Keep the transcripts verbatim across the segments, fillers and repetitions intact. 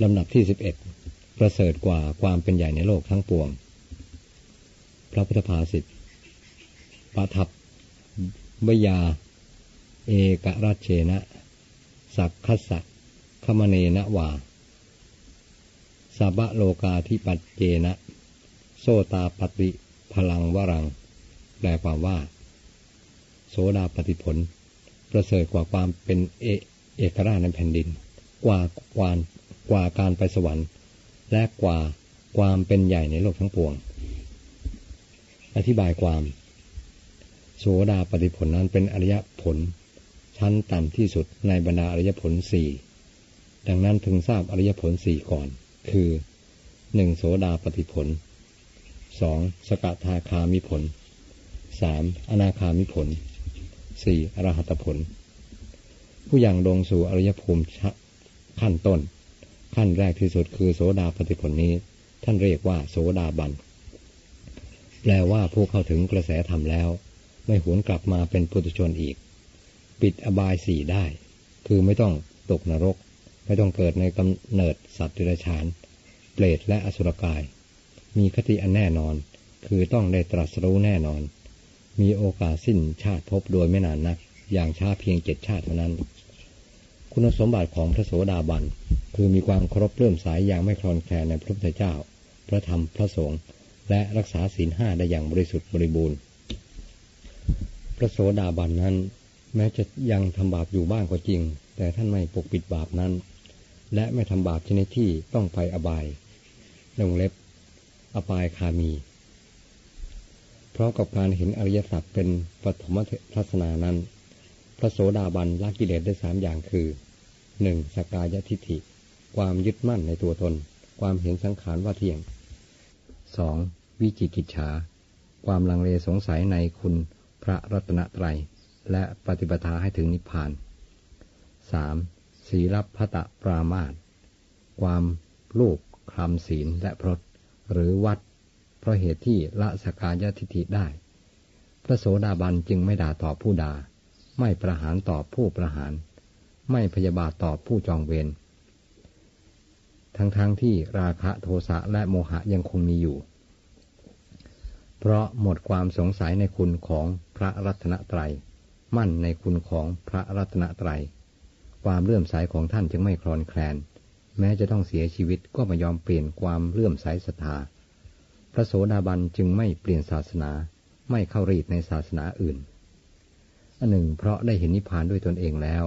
ลำดับที่สิบเอ็ดประเสริฐกว่าความเป็นใหญ่ในโลกทั้งปวงพระพุทธภาษิตปทัพวยาเอกราชเชนะสักคัสสะคมเนนะวาสัพพโลกาธิปัจเจนะโสตาปฏิพลังวรังแปลความว่าโสดาปฏิผลประเสริฐกว่าความเป็นเอเอกราชในแผ่นดินกว่ากว่ากว่าการไปสวรรค์และกว่าความเป็นใหญ่ในโลกทั้งปวงอธิบายความโสดาปฏิผลนั้นเป็นอริยผลชั้นต่ำที่สุดในบรรดาอริยผลสี่ดังนั้นพึงทราบอริยผลสี่ก่อนคือหนึ่งโสดาปฏิผลสองสกทาคามิผลสามอนาคามิผลสี่อรหัตผลผู้ยังลงสู่อริยภูมิขั้นต้นขั้นแรกที่สุดคือโสดาปฏิผลนี้ท่านเรียกว่าโสดาบันแปลว่าผู้เข้าถึงกระแสธรรมแล้วไม่หวนกลับมาเป็นปุถุชนอีกปิดอบายสี่ได้คือไม่ต้องตกนรกไม่ต้องเกิดในกำเนิดสัตว์เดรัจฉานเปรตและอสุรกายมีคติอันแน่นอนคือต้องได้ตรัสรู้แน่นอนมีโอกาสสิ้นชาติภพโดยไม่นานนักอย่างช้าเพียงเจ็ดชาติเท่านั้นคุณสมบัติของพระโสดาบันคือมีความเคารพเลื่อมใสอย่างไม่คลอนแคลนในพระพุทธเจ้าพระธรรมพระสงฆ์และรักษาศีลห้าได้อย่างบริสุทธิ์บริบูรณ์พระโสดาบันนั้นแม้จะยังทำบาปอยู่บ้างก็จริงแต่ท่านไม่ปกปิดบาปนั้นและไม่ทำบาปชนิดที่ต้องไปอบายลงเล็บอบายคามีเพราะกับการเห็นอริยสัจเป็นปฐมทัศนานั้นพระโสดาบันละกิเลสได้สามอย่างคือหนึ่งสักกายทิฏฐิความยึดมั่นในตัวตนความเห็นสังขารว่าเที่ยงสองวิจิกิจฉาความลังเลสงสัยในคุณพระรัตนตรัยและปฏิปทาให้ถึงนิพพานสามศีลพัตปรามาสความลูบคลำศีลและพรตหรือวัดเพราะเหตุที่ละสักกายทิฏฐิได้พระโสดาบันจึงไม่ด่าตอบผู้ด่าไม่ประหารตอบผู้ประหารไม่พยาบาทตอบผู้จองเวรทั้งๆ ท, ที่ราคะโทสะและโมหะยังคงมีอยู่เพราะหมดความสงสัยในคุณของพระรัตนตรัยมั่นในคุณของพระรัตนตรัยความเลื่อมใสของท่านจึงไม่คลอนแคลนแม้จะต้องเสียชีวิตก็ไม่ยอมเปลี่ยนความเลื่อมใสศรัทธาพระโสดาบันจึงไม่เปลี่ยนศาสนาไม่เข้ารีดในศาสนาอื่นอันหนึ่งเพราะได้เห็นนิพพานด้วยตนเองแล้ว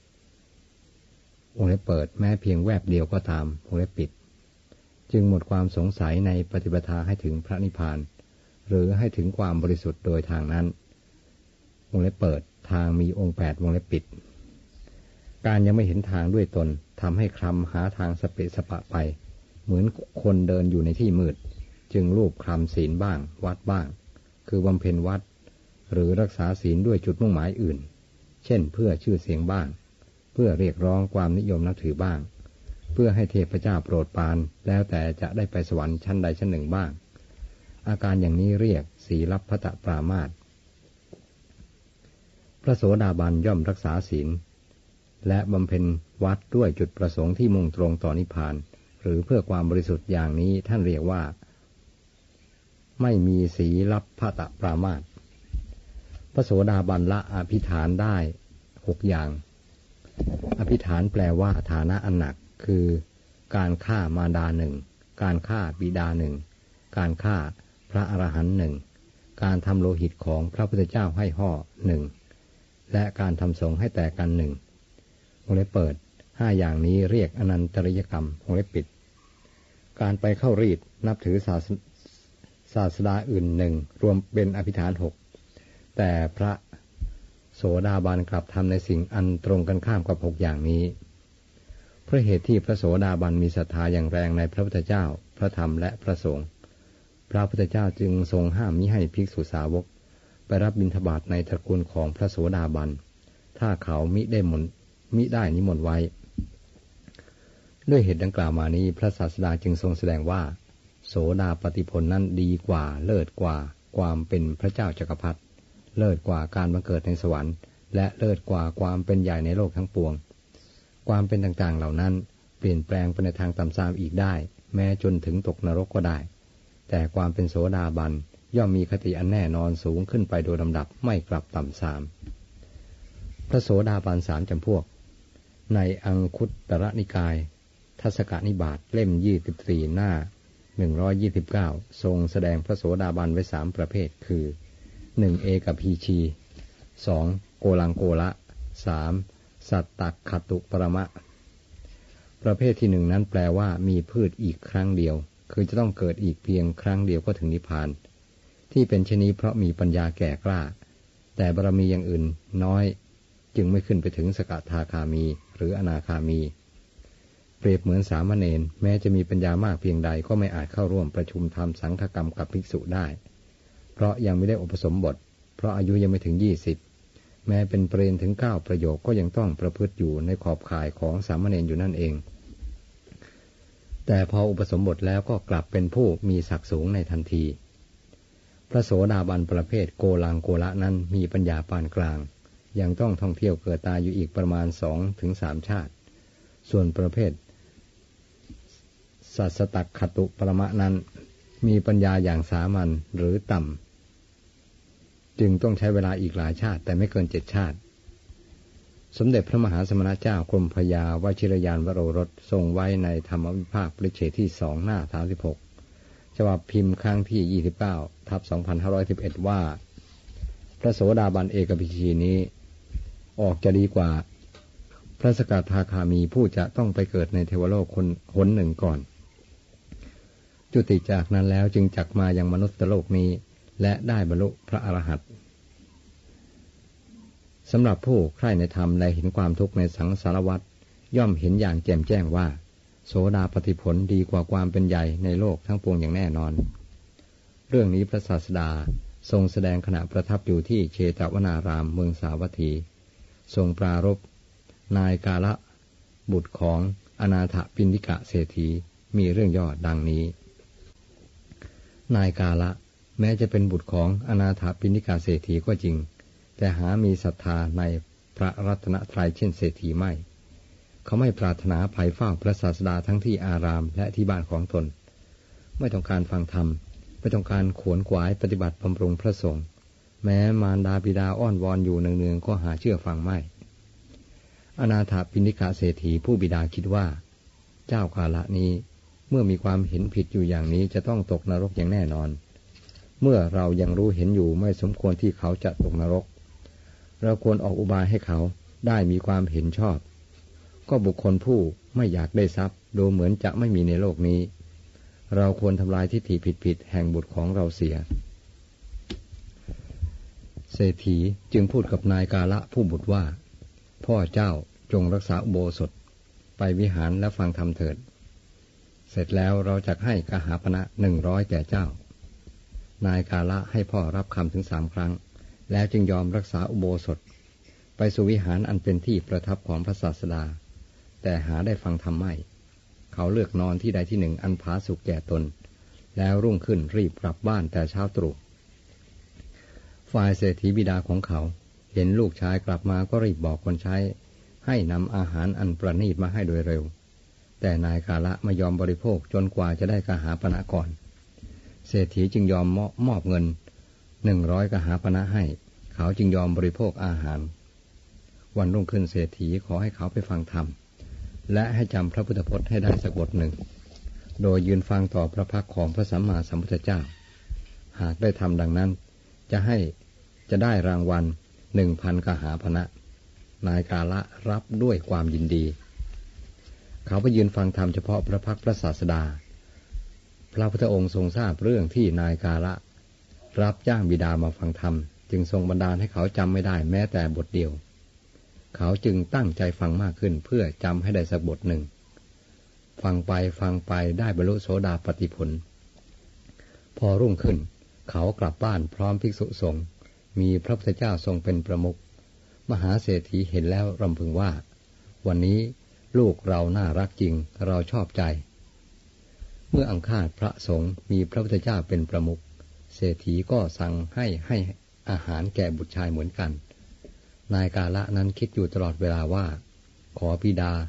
วงเล็บเปิดแม้เพียงแวบเดียวก็ตามวงเล็บปิดจึงหมดความสงสัยในปฏิปทาให้ถึงพระนิพพานหรือให้ถึงความบริสุทธิ์โดยทางนั้นวงเล็บเปิดทางมีองค์แปดวงเล็บปิดการยังไม่เห็นทางด้วยตนทำให้คลำหาทางสเปะสปะไปเหมือนคนเดินอยู่ในที่มืดจึงลูบคลำศีลบ้างวัดบ้างคือบำเพ็ญวัดหรือรักษาศีลด้วยจุดมุ่งหมายอื่นเช่นเพื่อชื่อเสียงบ้างเพื่อเรียกร้องความนิยมนับถือบ้างเพื่อให้เทพเจ้าโปรดปรานแล้วแต่จะได้ไปสวรรค์ชั้นใดชั้นหนึ่งบ้างอาการอย่างนี้เรียกศีลพัตปรามาสพระโสดาบันย่อมรักษาศีลและบำเพ็ญวัดด้วยจุดประสงค์ที่มุ่งตรงต่อนิพพานหรือเพื่อความบริสุทธิ์อย่างนี้ท่านเรียกว่าไม่มีศีลพัตปรามาสพระโสดาบันละอภิฐานได้หกอย่างอภิฐานแปลว่าฐานะอันหนักคือการฆ่ามารดาหนึ่งการฆ่าบิดาหนึ่งการฆ่าพระอรหันต์หนึ่งการทำโลหิตของพระพุทธเจ้าให้ห่อหนึ่งและการทำสงฆ์ให้แตกกันหนึ่งวงเล็บเปิดห้าอย่างนี้เรียกอนันตริยกรรมวงเล็บปิดการไปเข้ารีดนับถือศาสศาสดาอื่นหนึ่งรวมเป็นอภิฐานหกแต่พระโสดาบันกลับทำในสิ่งอันตรงกันข้ามกับหกอย่างนี้เพราะเหตุที่พระโสดาบันมีศรัทธาอย่างแรงในพระพุทธเจ้าพระธรรมและพระสงฆ์พระพุทธเจ้าจึงทรงห้ามมิให้ภิกษุสาวกไปรับบิณฑบาตในตระกูลของพระโสดาบันถ้าเขามิได้มนมิได้นิมนต์ไว้ด้วยเหตุดังกล่าวมานี้พระศาสดาจึงทรงแสดงว่าโสดาปฏิผลนั้นดีกว่าเลิศกว่าความเป็นพระเจ้าจักรพรรดิเลิศกว่าการบังเกิดในสวรรค์และเลิศกว่าความเป็นใหญ่ในโลกทั้งปวงความเป็นต่างๆเหล่านั้นเปลี่ยนแปลงไปในทางต่ำทรามอีกได้แม้จนถึงตกนรกก็ได้แต่ความเป็นโสดาบันย่อมมีคติอันแน่นอนสูงขึ้นไปโดยลำดับไม่กลับต่ำทรามพระโสดาบันสามจำพวกในอังคุตรนิกายทัศกนิบาตเล่มยี่สิบสี่หน้าหนึ่งร้อยยี่สิบเก้าทรงแสดงพระโสดาบันไว้สามประเภทคือหนึ่งเอกพีชีสองโกลังโกละสามสัตตคตุปรมะประเภทที่หนึ่งนั้นแปลว่ามีพืชอีกครั้งเดียวคือจะต้องเกิดอีกเพียงครั้งเดียวก็ถึงนิพพานที่เป็นเช่นนี้เพราะมีปัญญาแก่กล้าแต่บารมีอย่างอื่นน้อยจึงไม่ขึ้นไปถึงสกทาคามีหรืออนาคามีเปรียบเหมือนสามเณรแม้จะมีปัญญามากเพียงใดก็ไม่อาจเข้าร่วมประชุมทำสังฆกรรมกับภิกษุได้เพราะยังไม่ได้อุปสมบทเพราะอายุยังไม่ถึงยี่สิบแม้เป็นเปรนถึงเก้าประโยคก็ยังต้องประพฤติอยู่ในขอบข่ายของสามเณรอยู่นั่นเองแต่พออุปสมบทแล้วก็กลับเป็นผู้มีศักดิ์สูงในทันทีพระโสดาบันประเภทโกลังโกละนั้นมีปัญญาปานกลางยังต้องท่องเที่ยวเกิดตายอยู่อีกประมาณสองถึงสามชาติส่วนประเภทสัสสตัคตุปรมะนั้นมีปัญญาอย่างสามัญหรือต่ำจึงต้องใช้เวลาอีกหลายชาติแต่ไม่เกินเจ็ดชาติสมเด็จพระมหาสมณเจ้ากรมพยาวชิรยานวโรรสทรงไว้ในธรรมวิภาคปริเฉดที่สองหน้าสามสิบหกฉบับพิมพ์ครั้งที่ยี่สิบเก้าทับสองพันห้าร้อยสิบเอ็ดว่าพระโสดาบันเอกพีชีนี้ออกจะดีกว่าพระสกทาคามีผู้จะต้องไปเกิดในเทวโลกคนหนหนึ่งก่อนจุติจากนั้นแล้วจึงจักมายังมนุษย์โลกนี้และได้บรรลุพระอรหันต์สำหรับผู้ใคร่ในธรรมและเห็นความทุกข์ในสังสารวัฏย่อมเห็นอย่างแจ่มแจ้งว่าโสดาปัตติผลดีกว่าความเป็นใหญ่ในโลกทั้งปวงอย่างแน่นอนเรื่องนี้พระศาสดาทรงแสดงขณะประทับอยู่ที่เชตวนารามเมืองสาวัตถีทรงปรารภนายกาละบุตรของอนาถปิณฑิกะเศรษฐีมีเรื่องย่อดังนี้นายกาละแม้จะเป็นบุตรของอนาถปิณฑิกะเศรษฐีก็จริงแต่หามีศรัทธาในพระรัตนตรัยเช่นเศรษฐีไม่เขาไม่ปรารถนาภัยเฝ้าพระศาสดาทั้งที่อารามและที่บ้านของตนไม่ต้องการฟังธรรมไม่ต้องการขวนขวายปฏิบัติบำรุงพระสงฆ์แม้มารดาบิดาอ้อนวอนอยู่เนืองๆก็หาเชื่อฟังไม่อนาถปิณฑิกะเศรษฐีผู้บิดาคิดว่าเจ้ากาละนี้เมื่อมีความเห็นผิดอยู่อย่างนี้จะต้องตกนรกอย่างแน่นอนเมื่อเรายังรู้เห็นอยู่ไม่สมควรที่เขาจะตกนรกเราควรออกอุบายให้เขาได้มีความเห็นชอบก็บุคคลผู้ไม่อยากได้ทรัพย์ดูเหมือนจะไม่มีในโลกนี้เราควรทำลายทิฏฐิผิดๆแห่งบุตรของเราเสียเศรษฐีจึงพูดกับนายกาละผู้บุตรว่าพ่อเจ้าจงรักษาอุโบสถไปวิหารและฟังธรรมเถิดเสร็จแล้วเราจะให้กหาปณะหนึ่งร้อยแก่เจ้านายกาละให้พ่อรับคำถึงสามครั้งแล้วจึงยอมรักษาอุโบสถไปสู่วิหารอันเป็นที่ประทับของพระศาสดาแต่หาได้ฟังธรรมไม่เขาเลือกนอนที่ใดที่หนึ่งอันผาสุกแก่ตนแล้วรุ่งขึ้นรีบกลับบ้านแต่เช้าตรู่ฝ่ายเศรษฐีบิดาของเขาเห็นลูกชายกลับมาก็รีบบอกคนใช้ให้นำอาหารอันประณีตมาให้โดยเร็วแต่นายกาละไม่ยอมบริโภคจนกว่าจะได้กหาปณะก่อนเศรษฐีจึงยอมมอบเงินหนึ่งร้อยกหาปณะให้เขาจึงยอมบริโภคอาหารวันรุ่งขึ้นเศรษฐีขอให้เขาไปฟังธรรมและให้จำพระพุทธพจน์ให้ได้สักบทหนึ่งโดยยืนฟังต่อพระพักของพระสัมมาสัมพุทธเจ้าหากได้ทำดังนั้นจะให้จะได้รางวัลหนึ่งพันกหาปณะนายกาละรับด้วยความยินดีเขาไปยืนฟังธรรมเฉพาะพระพักพระศาสดาพระพุทธองค์ทรงทราบเรื่องที่นายกาละรับจ้างบิดามาฟังธรรมจึงทรงบันดาลให้เขาจำไม่ได้แม้แต่บทเดียวเขาจึงตั้งใจฟังมากขึ้นเพื่อจำให้ได้สักบทหนึ่งฟังไปฟังไปได้บรรลุโสดาปัตติผลพอรุ่งขึ้นเขากลับบ้านพร้อมภิกษุสงฆ์มีพระพุทธเจ้าทรงเป็นประมุขมหาเศรษฐีเห็นแล้วรำพึงว่าวันนี้ลูกเราน่ารักจริงเราชอบใจเมื่ออังคาดพระสงฆ์มีพระพุทธเจ้าเป็นประมุขเศรษฐีก็สั่งให้ให้อาหารแก่บุตรชายเหมือนกันนายกาละนั้นคิดอยู่ตลอดเวลาว่าขอบิดา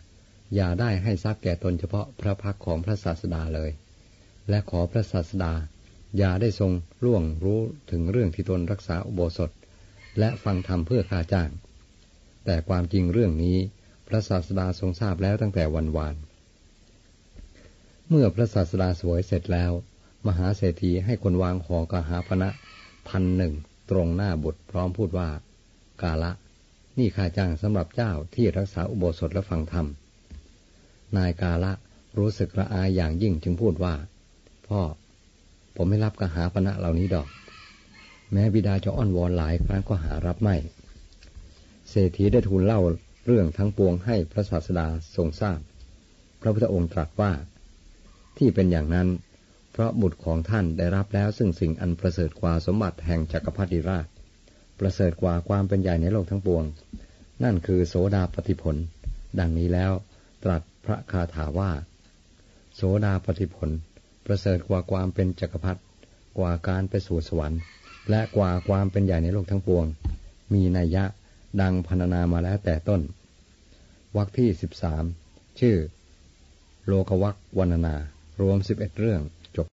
อย่าได้ให้ทรัพย์แก่ตนเฉพาะพระพักของพระศาสดาเลยและขอพระศาสดาอย่าได้ทรงล่วงรู้ถึงเรื่องที่ตนรักษาอุโบสถและฟังธรรมเพื่อค่าจ้างแต่ความจริงเรื่องนี้พระศาสดาทรงทราบแล้วตั้งแต่วันวานเมื่อพระศาสดาสวยเสร็จแล้วมหาเศรษฐีให้คนวางห่อกหาปณะพันหนึ่งตรงหน้าบุตรพร้อมพูดว่ากาละนี่ค่าจ้างสำหรับเจ้าที่รักษาอุโบสถและฟังธรรมนายกาละรู้สึกละอายอย่างยิ่งจึงพูดว่าพ่อผมไม่รับกหาปณะเหล่านี้ดอกแม้บิดาจะอ้อนวอนหลายครั้งก็หารับไม่เศรษฐีได้ทูลเล่าเรื่องทั้งปวงให้พระศาสดาทรงทราบพระพุทธองค์ตรัสว่าที่เป็นอย่างนั้นเพราะบุตรของท่านได้รับแล้วซึ่งสิ่งอันประเสริฐกว่าสมบัติแห่งจักรพรรดิราชประเสริฐกว่าความเป็นใหญ่ในโลกทั้งปวงนั่นคือโสดาปัตติผลดังนี้แล้วตรัสพระคาถาว่าโสดาปัตติผลประเสริฐกว่าความเป็นจักรพรรดิกว่าการไปสู่สวรรค์และกว่าความเป็นใหญ่ในโลกทั้งปวงมีนัยยะดังพรรณนามาแล้วแต่ต้นวรรคที่สิบสามชื่อโลกวรรควรรณนารวมสิบเอ็ดเรื่อง